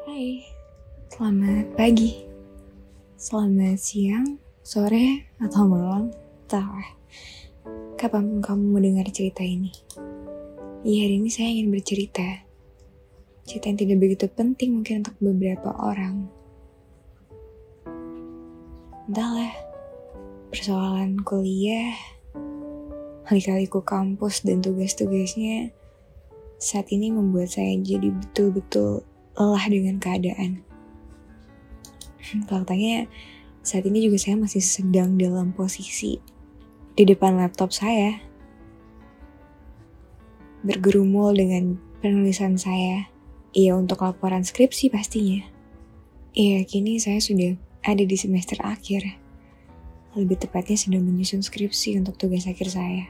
Hai, selamat pagi, selamat siang, sore, atau malam, entahlah. Kapanpun kamu mendengar cerita ini. Hari ini saya ingin bercerita. Cerita yang tidak begitu penting mungkin untuk beberapa orang. Entahlah, persoalan kuliah, kali-kaliku kampus dan tugas-tugasnya saat ini membuat saya jadi betul-betul lelah dengan keadaan. Faktanya saat ini juga saya masih sedang dalam posisi di depan laptop saya, bergerumul dengan penulisan saya. Iya, untuk laporan skripsi pastinya. Iya, kini saya sudah ada di semester akhir. Lebih tepatnya sedang menyusun skripsi untuk tugas akhir saya.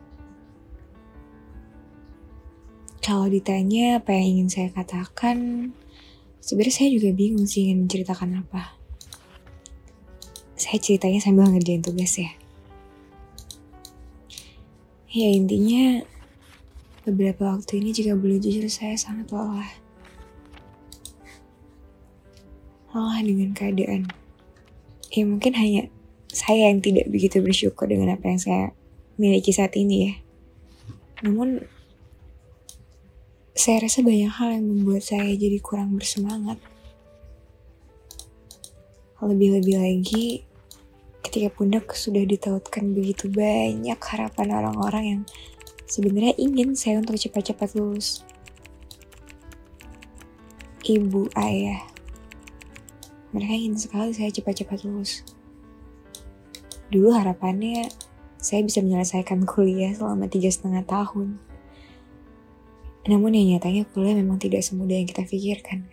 Kalau ditanya apa yang ingin saya katakan, sebenarnya saya juga bingung sih ingin menceritakan apa. Saya ceritanya sambil ngerjain tugas ya. Ya intinya, beberapa waktu ini juga boleh jujur saya sangat lelah. Lelah dengan keadaan. Ya mungkin hanya saya yang tidak begitu bersyukur dengan apa yang saya miliki saat ini ya. Namun, saya rasa banyak hal yang membuat saya jadi kurang bersemangat. Lebih-lebih lagi, ketika pundak sudah ditautkan begitu banyak harapan orang-orang yang sebenarnya ingin saya untuk cepat-cepat lulus. Ibu, ayah, mereka ingin sekali saya cepat-cepat lulus. Dulu harapannya saya bisa menyelesaikan kuliah selama 3,5 tahun. Namun yang nyatanya kuliah memang tidak semudah yang kita pikirkan.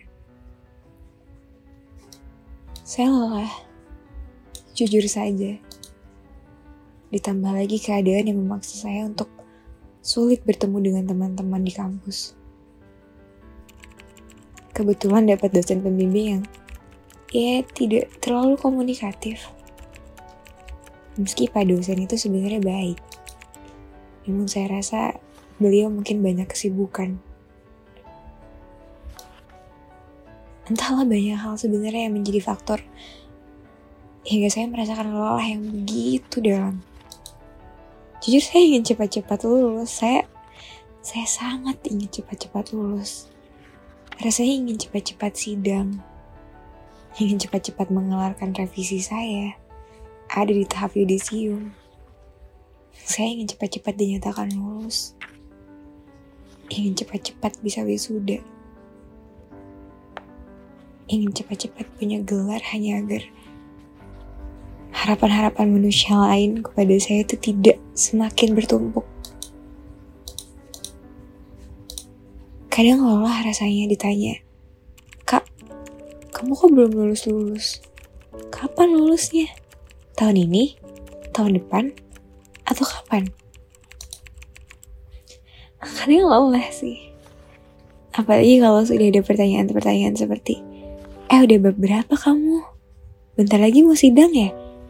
Saya lelah, jujur saja. Ditambah lagi keadaan yang memaksa saya untuk sulit bertemu dengan teman-teman di kampus. Kebetulan dapat dosen pembimbing yang tidak terlalu komunikatif. Meski Pak dosen itu sebenarnya baik. Namun saya rasa beliau mungkin banyak kesibukan. Entahlah banyak hal sebenarnya yang menjadi faktor hingga saya merasakan lelah yang begitu dalam. Jujur saya ingin cepat-cepat lulus. Saya sangat ingin cepat-cepat lulus. Rasanya ingin cepat-cepat sidang. Ingin cepat-cepat mengelarkan revisi saya. Ada di tahap yudisium. Saya ingin cepat-cepat dinyatakan lulus. Ingin cepat-cepat bisa wisuda. Ingin cepat-cepat punya gelar hanya agar harapan-harapan manusia lain kepada saya itu tidak semakin bertumpuk. Kadang lelah rasanya ditanya, "Kak, kamu kok belum lulus-lulus? Kapan lulusnya? Tahun ini? Tahun depan? Atau kapan?" Kadang lelah sih. Apalagi kalau sudah ada pertanyaan-pertanyaan seperti, udah bab berapa kamu? Bentar lagi mau sidang ya?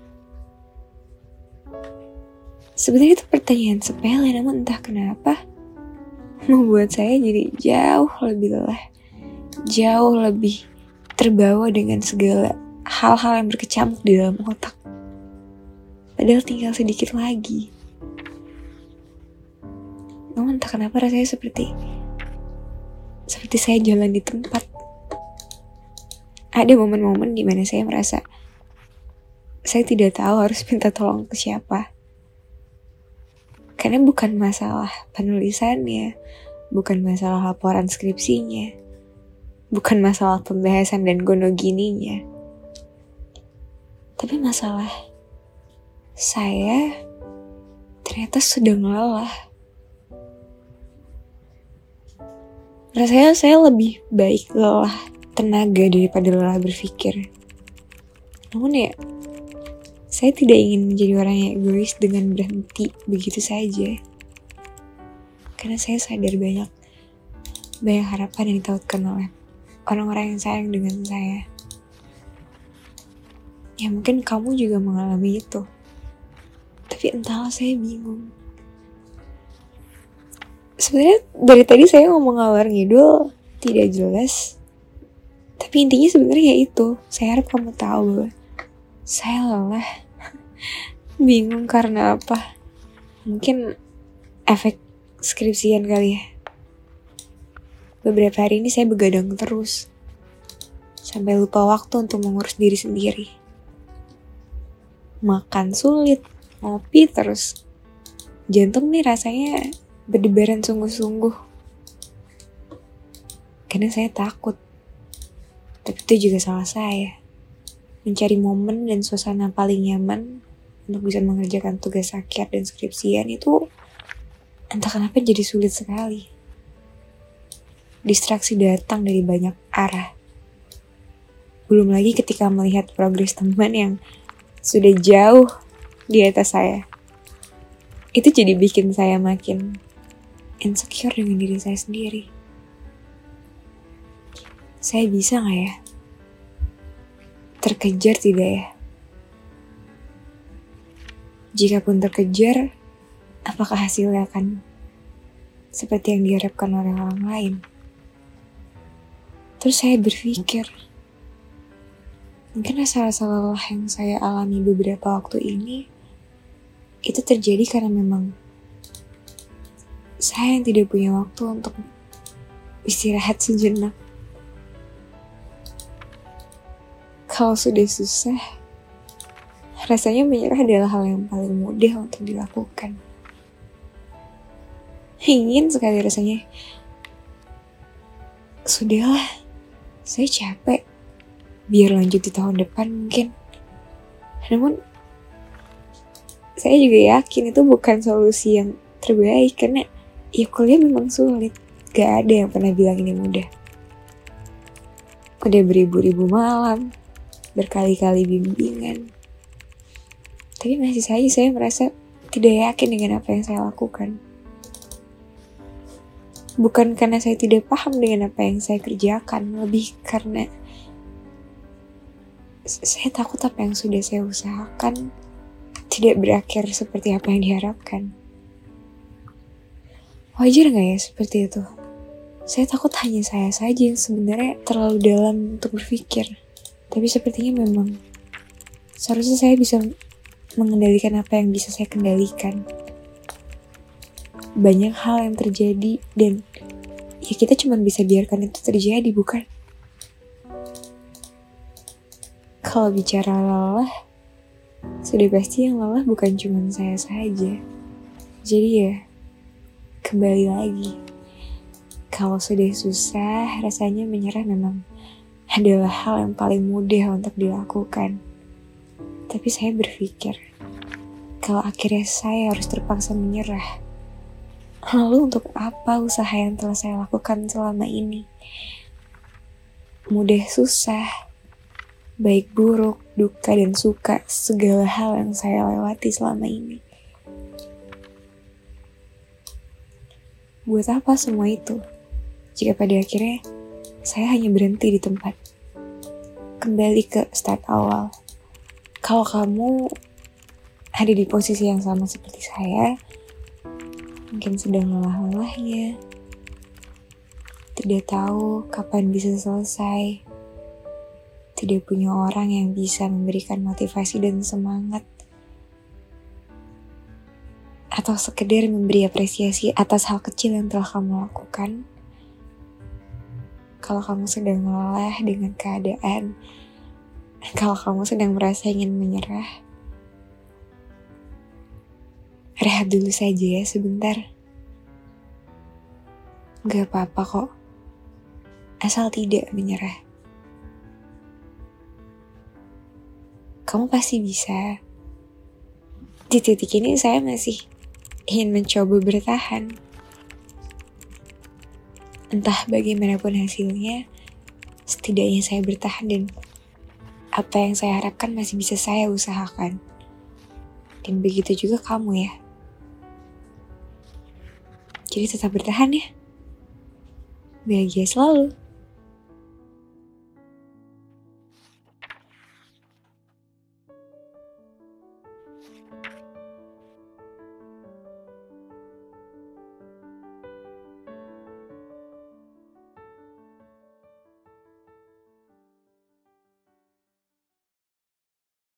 Sebenarnya itu pertanyaan sepele, namun entah kenapa membuat saya jadi jauh lebih lelah. Jauh lebih terbawa dengan segala hal-hal yang berkecamuk di dalam otak. Padahal tinggal sedikit lagi. Namun entah kenapa rasanya seperti saya jalan di tempat. Ada momen-momen di mana saya merasa saya tidak tahu harus minta tolong ke siapa. Karena bukan masalah penulisannya, bukan masalah laporan skripsinya, bukan masalah pembahasan dan gonogininya. Tapi masalah saya ternyata sedang lelah. Rasanya saya lebih baik lelah tenaga daripada lelah berpikir. Namun ya, saya tidak ingin menjadi orang yang egois dengan berhenti begitu saja. Karena saya sadar banyak harapan yang ditautkan oleh orang-orang yang sayang dengan saya. Ya mungkin kamu juga mengalami itu. Tapi entahlah saya bingung. Sebenarnya dari tadi saya ngomong ngalor ngidul tidak jelas. Tapi intinya sebenarnya ya itu. Saya harap kamu tahu bahwa saya lelah. Bingung karena apa? Mungkin efek skripsian kali ya. Beberapa hari ini saya begadang terus. Sampai lupa waktu untuk mengurus diri sendiri. Makan sulit, ngopi terus. Jantung nih rasanya berdebaran sungguh-sungguh. Karena saya takut. Tapi itu juga salah saya. Mencari momen dan suasana paling nyaman untuk bisa mengerjakan tugas akhir dan skripsian itu entah kenapa jadi sulit sekali. Distraksi datang dari banyak arah. Belum lagi ketika melihat progres teman yang sudah jauh di atas saya. Itu jadi bikin saya makin insecure dengan diri saya sendiri. Saya bisa gak ya? Terkejar tidak ya? Jikapun terkejar, apakah hasilnya akan seperti yang diharapkan oleh orang lain? Terus saya berpikir, mungkin rasa-rasa lelah yang saya alami beberapa waktu ini, itu terjadi karena memang saya yang tidak punya waktu untuk istirahat sejenak. Kalau sudah susah, rasanya menyerah adalah hal yang paling mudah untuk dilakukan. Ingin sekali rasanya, sudahlah, saya capek, biar lanjut di tahun depan mungkin. Namun, saya juga yakin itu bukan solusi yang terbaik, karena ya kuliah memang sulit. Gak ada yang pernah bilang ini mudah. Udah beribu-ribu malam, berkali-kali bimbingan. Tapi masih saja saya merasa tidak yakin dengan apa yang saya lakukan. Bukan karena saya tidak paham dengan apa yang saya kerjakan, lebih karena saya takut apa yang sudah saya usahakan tidak berakhir seperti apa yang diharapkan. Wajar gak ya seperti itu? Saya takut hanya saya saja yang sebenarnya terlalu dalam untuk berpikir. Tapi sepertinya memang seharusnya saya bisa mengendalikan apa yang bisa saya kendalikan. Banyak hal yang terjadi dan ya kita cuma bisa biarkan itu terjadi, bukan? Kalau bicara lelah, sudah pasti yang lelah bukan cuma saya saja. Jadi ya, kembali lagi. Kalau sudah susah, rasanya menyerah memang adalah hal yang paling mudah untuk dilakukan. Tapi saya berpikir, kalau akhirnya saya harus terpaksa menyerah, lalu untuk apa usaha yang telah saya lakukan selama ini? Mudah susah, baik buruk, duka dan suka, segala hal yang saya lewati selama ini. Buat apa semua itu? Jika pada akhirnya saya hanya berhenti di tempat. Kembali ke start awal. Kalau kamu ada di posisi yang sama seperti saya, mungkin sedang lelah-lelahnya, tidak tahu kapan bisa selesai, tidak punya orang yang bisa memberikan motivasi dan semangat, atau sekedar memberi apresiasi atas hal kecil yang telah kamu lakukan. Kalau kamu sedang lelah dengan keadaan, kalau kamu sedang merasa ingin menyerah, rehat dulu saja ya sebentar. Gak apa-apa kok, asal tidak menyerah. Kamu pasti bisa. Di titik ini saya masih ingin mencoba bertahan. Entah bagaimanapun hasilnya, setidaknya saya bertahan dan apa yang saya harapkan masih bisa saya usahakan. Dan begitu juga kamu ya. Jadi tetap bertahan ya. Bahagia selalu.